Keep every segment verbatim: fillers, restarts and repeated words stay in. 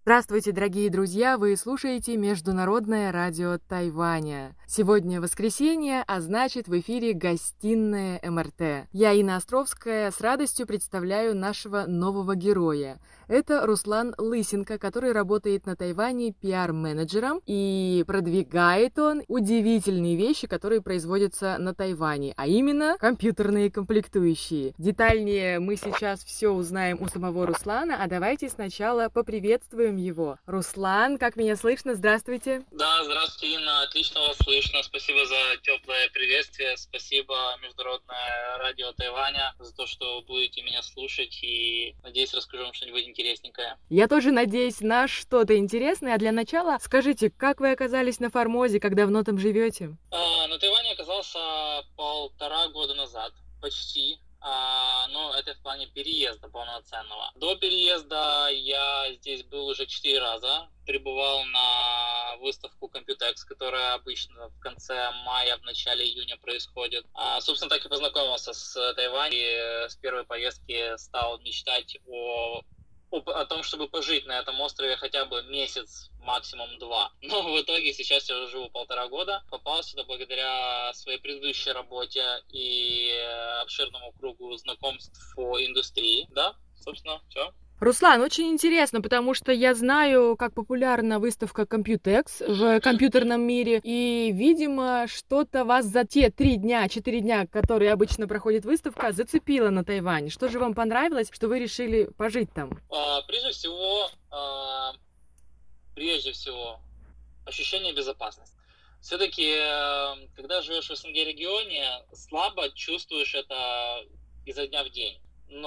Здравствуйте, дорогие друзья! Вы слушаете Международное радио Тайваня. Сегодня воскресенье, а значит в эфире гостиная эм эр тэ. Я, Инна Островская, с радостью представляю нашего нового героя. Это Руслан Лысенко, который работает на Тайване пиар-менеджером, и продвигает он удивительные вещи, которые производятся на Тайване, а именно компьютерные комплектующие. Детальнее мы сейчас все узнаем у самого Руслана, а давайте сначала поприветствуем его. Руслан, как меня слышно? Здравствуйте. Да, здравствуйте, Инна. Отлично вас слышно. Спасибо за теплое приветствие. Спасибо Международное радио Тайваня за то, что будете меня слушать, и надеюсь, расскажу вам что-нибудь интересненькое. Я тоже надеюсь на что-то интересное. А для начала скажите, как вы оказались на Формозе, как давно там живете? А, на Тайване оказался полтора года назад, почти. А, но это в плане переезда полноценного. До переезда я здесь был уже четыре раза. Прибывал на выставку Computex, которая обычно в конце мая, в начале июня происходит. А, собственно, так и познакомился с Тайванем. И с первой поездки стал мечтать о о том, чтобы пожить на этом острове хотя бы месяц, максимум два. Но в итоге сейчас я уже живу полтора года. Попал сюда благодаря своей предыдущей работе и обширному кругу знакомств по индустрии. Да, собственно, все. Руслан, очень интересно, потому что я знаю, как популярна выставка Computex в компьютерном мире, и, видимо, что-то вас за те три дня, четыре дня, которые обычно проходит выставка, зацепило на Тайване. Что же вам понравилось, что вы решили пожить там? А, прежде всего, а, прежде всего, ощущение безопасности. Все-таки, когда живешь в СНГ регионе, слабо чувствуешь это изо дня в день.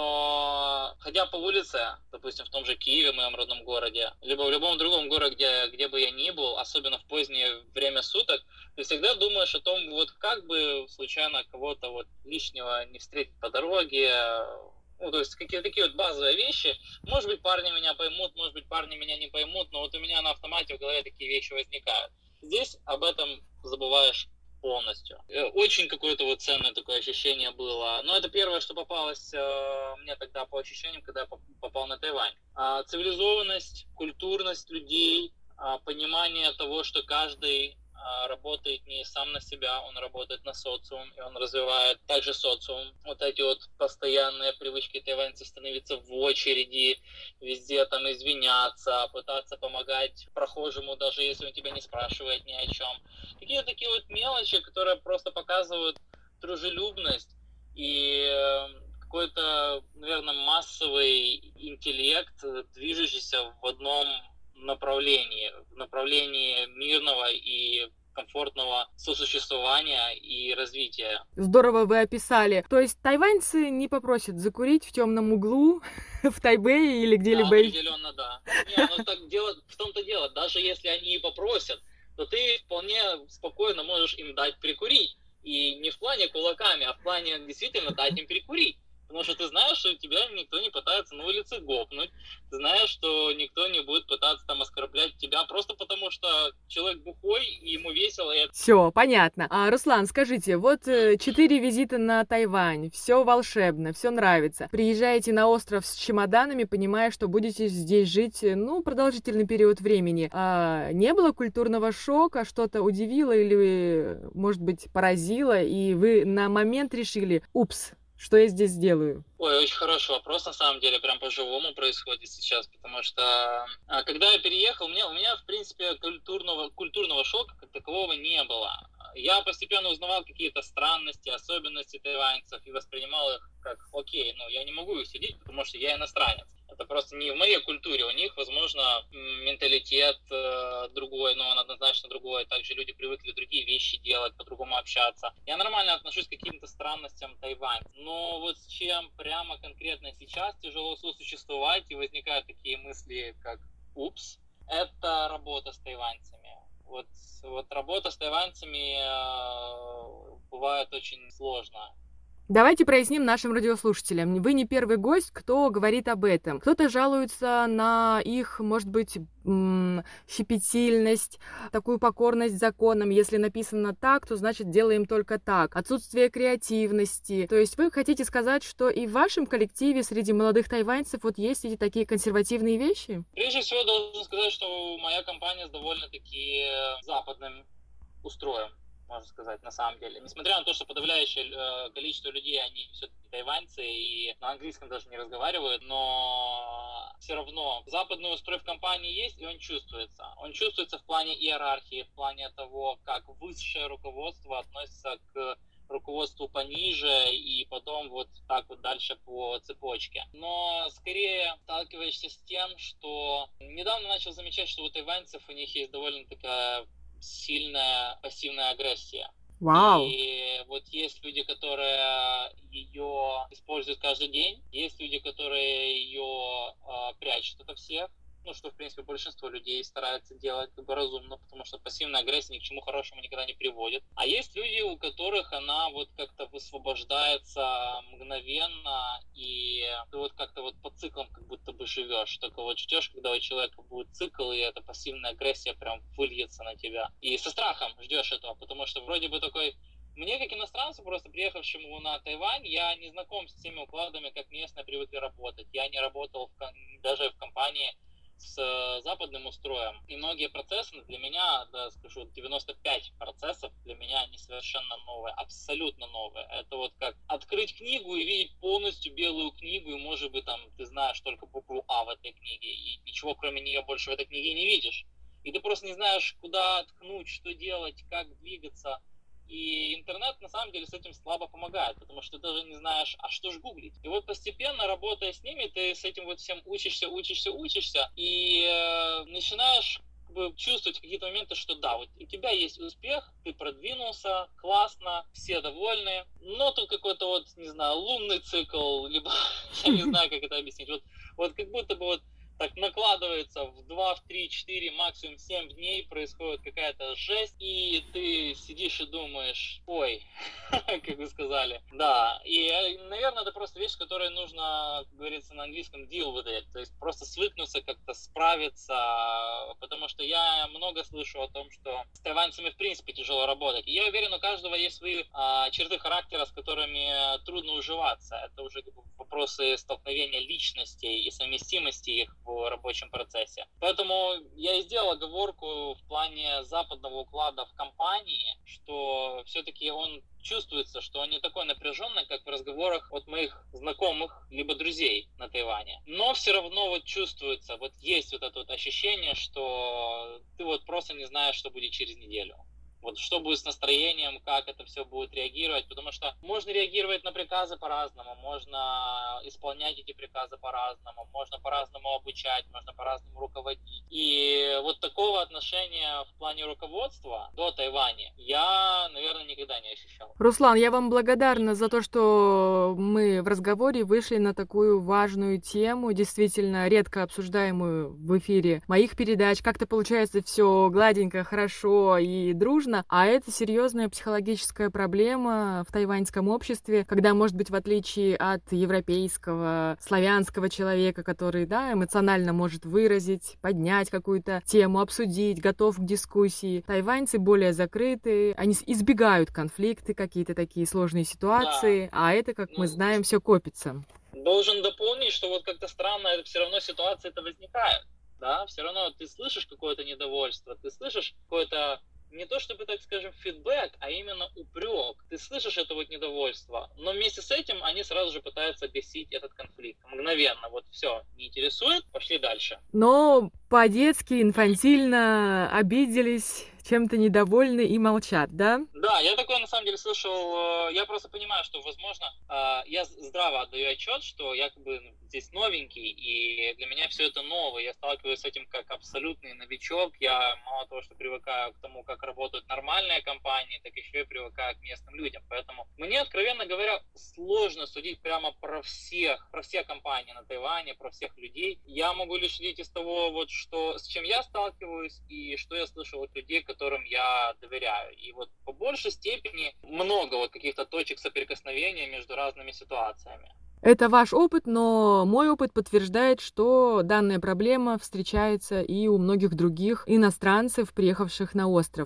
Но ходя по улице, допустим, в том же Киеве, в моем родном городе, либо в любом другом городе, где, где бы я ни был, особенно в позднее время суток, ты всегда думаешь о том, вот как бы случайно кого-то вот лишнего не встретить по дороге. Ну, то есть какие-то такие вот базовые вещи. Может быть, парни меня поймут, может быть, парни меня не поймут, но вот у меня на автомате в голове такие вещи возникают. Здесь об этом забываешь полностью. Очень какое-то вот ценное такое ощущение было. Но это первое, что попалось э, мне тогда по ощущениям, когда я попал на Тайвань. А, цивилизованность, культурность людей, а, понимание того, что каждый а, работает не сам на себя, он работает на социум, и он развивает также социум. Вот эти вот постоянные привычки тайваньцев становиться в очереди, везде там извиняться, пытаться помогать прохожему, даже если он тебя не спрашивает ни о чем. Какие-то такие вот мелочи, которые просто показывают дружелюбность и какой-то, наверное, массовый интеллект, движущийся в одном направлении, в направлении мирного и комфортного сосуществования и развития. Здорово вы описали. То есть тайваньцы не попросят закурить в темном углу в Тайбэе или где-либо? Да, определенно, да. Не, ну так дело, в том-то дело, даже если они и попросят, то ты вполне спокойно можешь им дать прикурить. И не в плане кулаками, а в плане действительно дать им прикурить. Потому что ты знаешь, что тебя никто не пытается на улице гопнуть. Ты знаешь, что никто не будет пытаться там оскорблять тебя просто потому, что человек бухой, и ему весело. И... Все, понятно. А, Руслан, скажите, вот четыре визита на Тайвань, все волшебно, все нравится. Приезжаете на остров с чемоданами, понимая, что будете здесь жить, ну, продолжительный период времени. А не было культурного шока, что-то удивило или, может быть, поразило, и вы на момент решили, упс, что я здесь делаю? Ой, очень хороший вопрос, на самом деле, прям по-живому происходит сейчас, потому что а, когда я переехал, у меня, у меня в принципе, культурного, культурного шока как такового не было. Я постепенно узнавал какие-то странности, особенности тайваньцев и воспринимал их как, окей, ну, я не могу их судить, потому что я иностранец. Это просто не в моей культуре. У них, возможно, менталитет э, другой, но он однозначно другой. Также люди привыкли другие вещи делать, по-другому общаться. Я нормально отношусь к каким-то странностям Тайваня. Но вот с чем прямо конкретно сейчас тяжело сосуществовать, и возникают такие мысли, как «упс», это работа с тайваньцами. Вот, вот работа с тайваньцами э, бывает очень сложно. Давайте проясним нашим радиослушателям. Вы не первый гость, кто говорит об этом. Кто-то жалуется на их, может быть, щепетильность, такую покорность законам. Если написано так, то значит делаем только так. Отсутствие креативности. То есть вы хотите сказать, что и в вашем коллективе среди молодых тайваньцев вот есть эти такие консервативные вещи? Прежде всего должен сказать, что моя компания с довольно-таки западным устроем, можно сказать, на самом деле. Несмотря на то, что подавляющее э, количество людей, они все-таки тайваньцы и на английском даже не разговаривают, но все равно западный устрой в компании есть, и он чувствуется. Он чувствуется в плане иерархии, в плане того, как высшее руководство относится к руководству пониже и потом вот так вот дальше по цепочке. Но скорее сталкиваешься с тем, что недавно начал замечать, что у тайваньцев у них есть довольно такая сильная пассивная агрессия. Вау. И вот есть люди, которые ее используют каждый день, есть люди, которые ее э, прячут ото всех. Ну, что, в принципе, большинство людей стараются делать как бы разумно, потому что пассивная агрессия ни к чему хорошему никогда не приводит. А есть люди, у которых она вот как-то высвобождается мгновенно, и ты вот как-то вот по циклам как будто бы живешь. Только вот ждешь, когда у человека будет цикл, и эта пассивная агрессия прям выльется на тебя. И со страхом ждешь этого, потому что вроде бы такой... Мне, как иностранцу, просто приехавшему на Тайвань, я не знаком с теми укладами, как местно привыкли работать. Я не работал в, даже в компании с западным устроем. И многие процессы для меня, да, скажу, девяносто пять процессов для меня они совершенно новые, абсолютно новые. Это вот как открыть книгу и видеть полностью белую книгу, и, может быть, там, ты знаешь только букву А в этой книге, и ничего кроме нее больше в этой книге не видишь. И ты просто не знаешь, куда ткнуть, что делать, как двигаться. И интернет, на самом деле, с этим слабо помогает, потому что ты даже не знаешь, а что ж гуглить. И вот постепенно, работая с ними, ты с этим вот всем учишься, учишься, учишься, и э, начинаешь как бы чувствовать в какие-то моменты, что да, вот у тебя есть успех, ты продвинулся, классно, все довольны, но тут какой-то вот, не знаю, лунный цикл, либо, я не знаю, как это объяснить, вот, вот как будто бы вот так накладывается в два, в три, четыре, максимум семь дней происходит какая-то жесть, и ты сидишь и думаешь, ой, как вы сказали. Да, и, наверное, это просто вещь, которой нужно, как говорится на английском, deal with it, то есть просто свыкнуться, как-то справиться, потому что я много слышу о том, что с тайваньцами в принципе тяжело работать. И я уверен, у каждого есть свои а, черты характера, с которыми трудно уживаться. Это уже как бы вопросы столкновения личностей и совместимости их в рабочем процессе. Поэтому я и сделал оговорку в плане западного уклада в компании, что все-таки он чувствуется, что он не такой напряженный, как в разговорах от моих знакомых либо друзей на Тайване. Но все равно вот чувствуется, вот есть вот это вот ощущение, что ты вот просто не знаешь, что будет через неделю. Вот что будет с настроением, как это все будет реагировать, потому что можно реагировать на приказы по-разному, можно исполнять эти приказы по-разному, можно по-разному обучать, можно по-разному руководить. И вот такого отношения в плане руководства до Тайваня я, наверное, никогда не ощущал. Руслан, я вам благодарна за то, что мы в разговоре вышли на такую важную тему, действительно редко обсуждаемую в эфире моих передач. Как-то получается все гладенько, хорошо и дружно. А это серьезная психологическая проблема в тайваньском обществе, когда, может быть, в отличие от европейского, славянского человека, который, да, эмоционально может выразить, поднять какую-то тему, обсудить, готов к дискуссии, тайваньцы более закрыты, они избегают конфликты, какие-то такие сложные ситуации, да. А это, как ну, мы знаем, все копится. Должен дополнить, что вот как-то странно, это все равно ситуации-то возникают, да, все равно ты слышишь какое-то недовольство, ты слышишь какое-то не то чтобы, так скажем, фидбэк, а именно упрек. Ты слышишь это вот недовольство, но вместе с этим они сразу же пытаются гасить этот конфликт. Мгновенно. Вот все, не интересует, пошли дальше. Но по-детски, инфантильно обиделись, чем-то недовольны и молчат, да? Да, я такое на самом деле слышал. Я просто понимаю, что, возможно, я здраво отдаю отчет, что я как бы здесь новенький, и для меня все это новое. Я сталкиваюсь с этим как абсолютный новичок. Я мало того, что привыкаю к тому, как работают нормальные компании, так еще и привыкаю к местным людям. Поэтому мне, откровенно говоря, сложно судить прямо про всех, про все компании на Тайване, про всех людей. Я могу лишь судить из того, вот, что, с чем я сталкиваюсь, и что я слышал от людей, которым я доверяю. И вот по большей степени много вот каких-то точек соприкосновения между разными ситуациями. Это ваш опыт, но мой опыт подтверждает, что данная проблема встречается и у многих других иностранцев, приехавших на остров.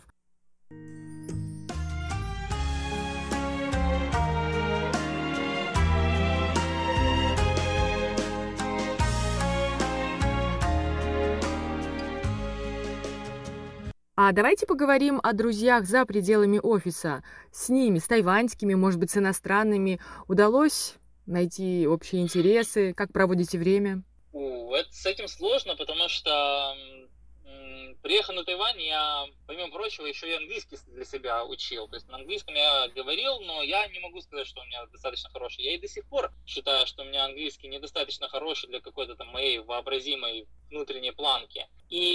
А давайте поговорим о друзьях за пределами офиса. С ними, с тайваньскими, может быть, с иностранными. Удалось найти общие интересы? Как проводите время? У, это, с этим сложно, потому что м, приехав на Тайвань, я, помимо прочего, еще и английский для себя учил. То есть на английском я говорил, но я не могу сказать, что у меня достаточно хороший. Я и до сих пор считаю, что у меня английский недостаточно хороший для какой-то там моей вообразимой внутренней планки.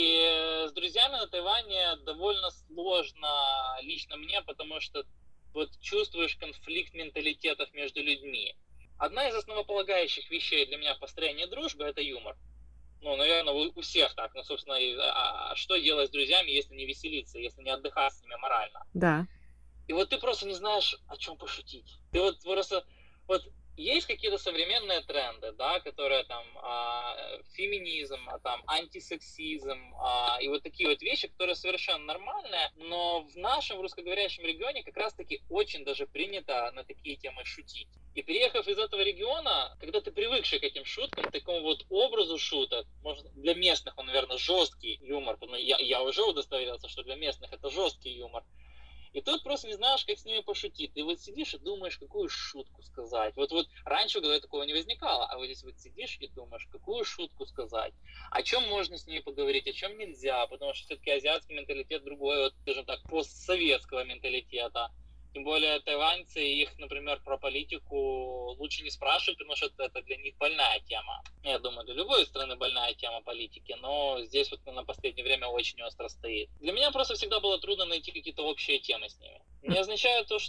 И с друзьями на Тайване довольно сложно лично мне, потому что вот чувствуешь конфликт менталитетов между людьми. Одна из основополагающих вещей для меня в построении дружбы – это юмор. Ну, наверное, у, у всех так. Ну, собственно, а, а что делать с друзьями, если не веселиться, если не отдыхать с ними морально? Да. И вот ты просто не знаешь, о чем пошутить. Ты вот просто... Вот есть какие-то современные тренды, да, которые там а, феминизм, а, там антисексизм, а, и вот такие вот вещи, которые совершенно нормальные, но в нашем русскоговорящем регионе как раз-таки очень даже принято на такие темы шутить. И переехав из этого региона, когда ты привыкший к этим шуткам, к такому вот образу шуток, может, для местных он, наверное, жесткий юмор, потому что я, я уже удостоверился, что для местных это жесткий юмор. И тут просто не знаешь, как с ними пошутить. Ты вот сидишь и думаешь, какую шутку сказать. Вот, вот раньше в голове такого не возникало, а вот здесь вот сидишь и думаешь, какую шутку сказать. О чем можно с ними поговорить, о чем нельзя, потому что все-таки азиатский менталитет другой, вот, скажем так, постсоветского менталитета. Тем более тайваньцы, их, например, про политику лучше не спрашивать, потому что это для них больная тема. Я думаю, для любой страны больная тема политики, но здесь вот на последнее время очень остро стоит. Для меня просто всегда было трудно найти какие-то общие темы с ними. Не означает то,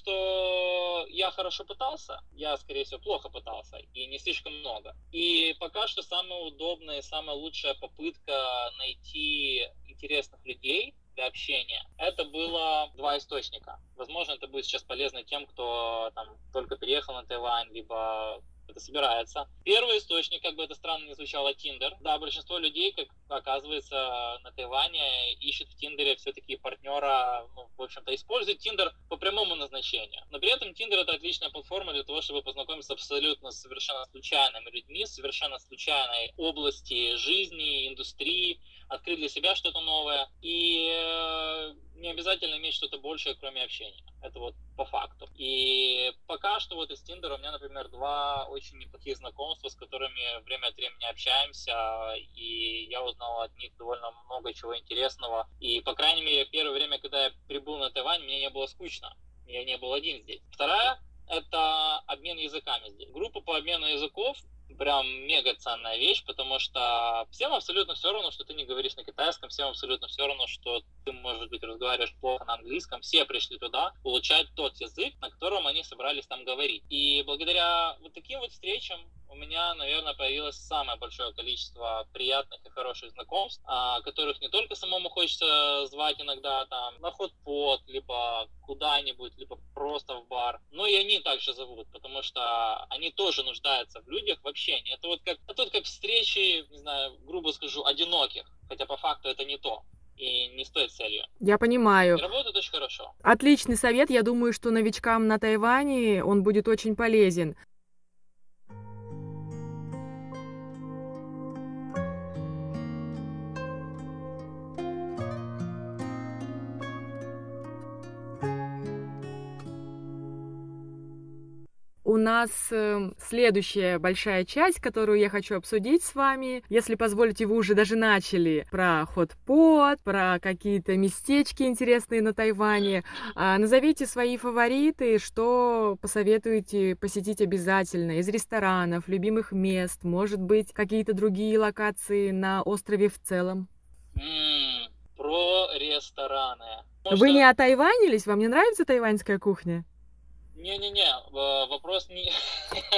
что я хорошо пытался, я, скорее всего, плохо пытался, и не слишком много. И пока что самая удобная и самая лучшая попытка найти интересных людей для общения, это было два источника. Возможно, это будет сейчас полезно тем, кто там только переехал на Тайвань, либо это собирается. Первый источник, как бы это странно не звучало, Tinder. Да, большинство людей, как оказывается, на Тайване ищут в Тиндере все-таки партнера, ну, в общем-то, используют Тиндер по прямому назначению. Но при этом Тиндер это отличная платформа для того, чтобы познакомиться абсолютно с совершенно случайными людьми, с совершенно случайной области жизни, индустрии, открыть для себя что-то новое. И э, не обязательно иметь что-то большее, кроме общения. Это вот по факту. И пока что вот из Тиндера у меня, например, два очень неплохих знакомства, с которыми время от времени общаемся, и я узнал от них довольно много чего интересного. И, по крайней мере, первое время, когда я прибыл на Тайвань, мне не было скучно. Я не был один здесь. Вторая — это обмен языками здесь. Группа по обмену языков прям мега ценная вещь, потому что всем абсолютно все равно, что ты не говоришь на китайском, всем абсолютно все равно, что ты, может быть, разговариваешь плохо на английском. Все пришли туда получать тот язык, на котором они собрались там говорить. И благодаря вот таким вот встречам у меня, наверное, появилось самое большое количество приятных и хороших знакомств, которых не только самому хочется звать иногда там на хот-пот, либо куда-нибудь, либо просто в бар, но и они также зовут, потому что они тоже нуждаются в людях, в общении. Это вот как, это вот как встречи, не знаю, грубо скажу, одиноких, хотя по факту это не то. И не стоит целью. Я понимаю. И работает очень хорошо. Отличный совет. Я думаю, что новичкам на Тайване он будет очень полезен. У нас э, следующая большая часть, которую я хочу обсудить с вами. Если позволите, вы уже даже начали про хот-пот, про какие-то местечки интересные на Тайване. А, назовите свои фавориты, что посоветуете посетить обязательно из ресторанов, любимых мест, может быть, какие-то другие локации на острове в целом. М-м, про рестораны. Может, вы не отайванились? Вам не нравится тайваньская кухня? Не-не-не, вопрос не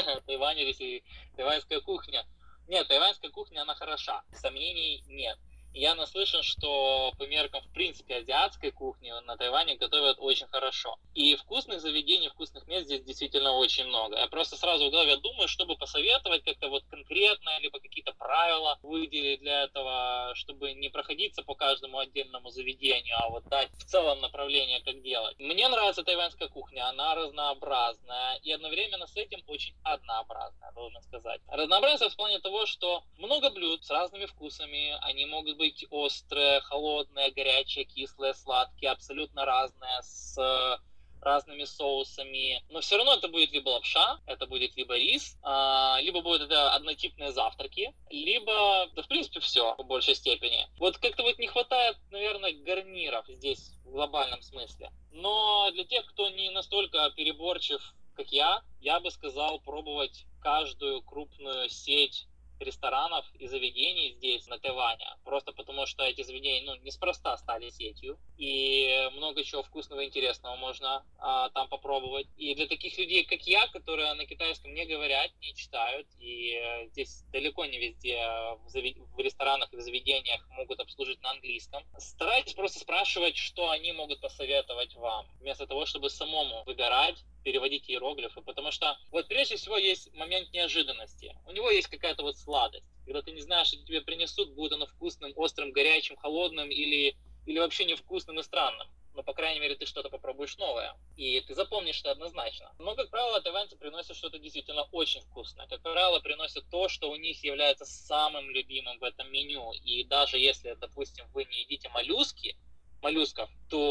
тайванились и тайваньская кухня. Нет, тайваньская кухня, она хороша, сомнений нет. Я наслышан, что по меркам, в принципе, азиатской кухни на Тайване готовят очень хорошо. И вкусных заведений, вкусных мест здесь действительно очень много. Я просто сразу в голове думаю, чтобы посоветовать как-то вот конкретно, либо какие-то правила выделить для этого, чтобы не проходиться по каждому отдельному заведению, а вот дать в целом направление, как делать. Мне нравится тайваньская кухня, она разнообразная и одновременно с этим очень однообразная, должен сказать. Разнообразие в плане того, что много блюд с разными вкусами, они могут быть острые, холодные, горячие, кислые, сладкие, абсолютно разные, с разными соусами. Но все равно это будет либо лапша, это будет либо рис, либо будут это однотипные завтраки, либо, да, в принципе, все в большей степени. Вот как-то вот не хватает, наверное, гарниров здесь в глобальном смысле. Но для тех, кто не настолько переборчив, как я, я бы сказал пробовать каждую крупную сеть ресторанов и заведений здесь, на Тайване. Просто потому, что эти заведения, ну, неспроста стали сетью. И много чего вкусного и интересного можно а, там попробовать. И для таких людей, как я, которые на китайском не говорят, не читают, и э, здесь далеко не везде в, завед... в ресторанах и в заведениях могут обслужить на английском, старайтесь просто спрашивать, что они могут посоветовать вам, вместо того, чтобы самому выбирать, переводить иероглифы, потому что вот прежде всего есть момент неожиданности. У него есть какая-то вот сладость, когда ты не знаешь, что тебе принесут, будет оно вкусным, острым, горячим, холодным или, или вообще невкусным и странным. Но, по крайней мере, ты что-то попробуешь новое, и ты запомнишь это однозначно. Но, как правило, тайваньцы приносят что-то действительно очень вкусное. Как правило, приносят то, что у них является самым любимым в этом меню. И даже если, допустим, вы не едите моллюски, моллюсков,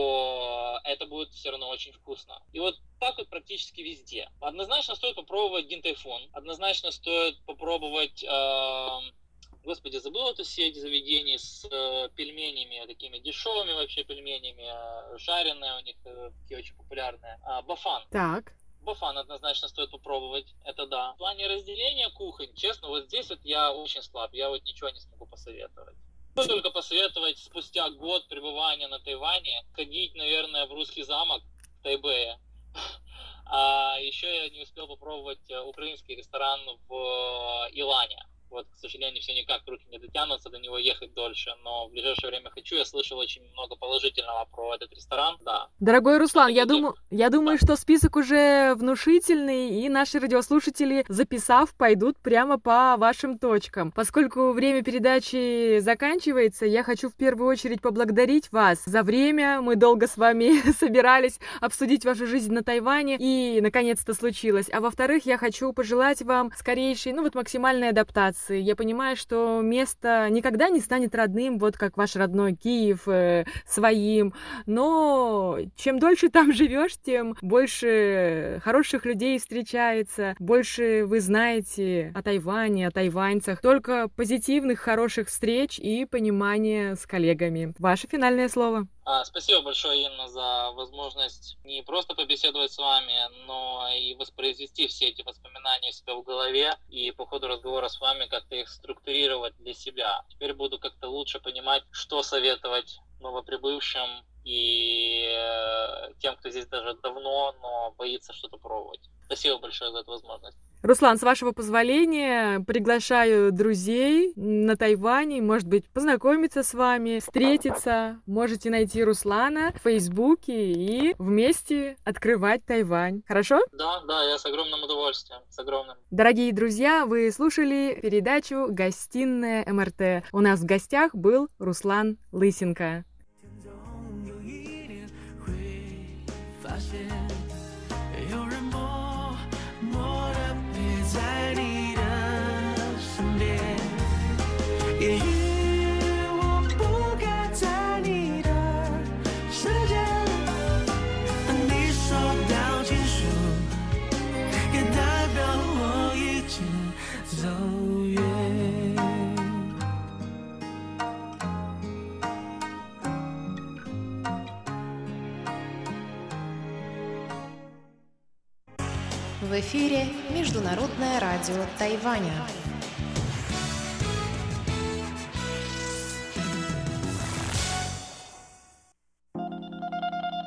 то это будет все равно очень вкусно. И вот так вот практически везде. Однозначно стоит попробовать Дин Той Фун, однозначно стоит попробовать, э, господи, забыл эту сеть заведений с э, пельменями, такими дешевыми вообще пельменями, э, жареные у них э, такие очень популярные. Э, Бафан. Так. Бафан однозначно стоит попробовать, это да. В плане разделения кухонь, честно, вот здесь вот я очень слаб, я вот ничего не смогу посоветовать. Могу только посоветовать спустя год пребывания на Тайване ходить, наверное, в Русский замок в Тайбэе. А еще я не успел попробовать украинский ресторан в Илане. Вот, к сожалению, все никак руки не дотянутся до него ехать дольше, но в ближайшее время хочу. Я слышал очень много положительного про этот ресторан, да. Дорогой Руслан, я думаю, я думаю, да. что список уже внушительный, и наши радиослушатели, записав, пойдут прямо по вашим точкам. Поскольку время передачи заканчивается, я хочу в первую очередь поблагодарить вас за время. Мы долго с вами собирались обсудить вашу жизнь на Тайване, и наконец-то случилось. А во-вторых, я хочу пожелать вам скорейшей, ну вот максимальной адаптации. Я понимаю, что место никогда не станет родным, вот как ваш родной Киев, э, своим, но чем дольше там живешь, тем больше хороших людей встречается, больше вы знаете о Тайване, о тайваньцах, только позитивных, хороших встреч и понимания с коллегами. Ваше финальное слово. А, спасибо большое, Инна, за возможность не просто побеседовать с вами, но и воспроизвести все эти воспоминания у себя в голове и по ходу разговора с вами как-то их структурировать для себя. Теперь буду как-то лучше понимать, что советовать новоприбывшим и тем, кто здесь даже давно, но боится что-то пробовать. Спасибо большое за эту возможность. Руслан, с вашего позволения, приглашаю друзей на Тайване, может быть, познакомиться с вами, встретиться. Можете найти Руслана в Фейсбуке и вместе открывать Тайвань. Хорошо? Да, да, я с огромным удовольствием, с огромным. Дорогие друзья, вы слушали передачу «Гостиная эм эр тэ». У нас в гостях был Руслан Лысенко. В эфире Международное радио Тайваня.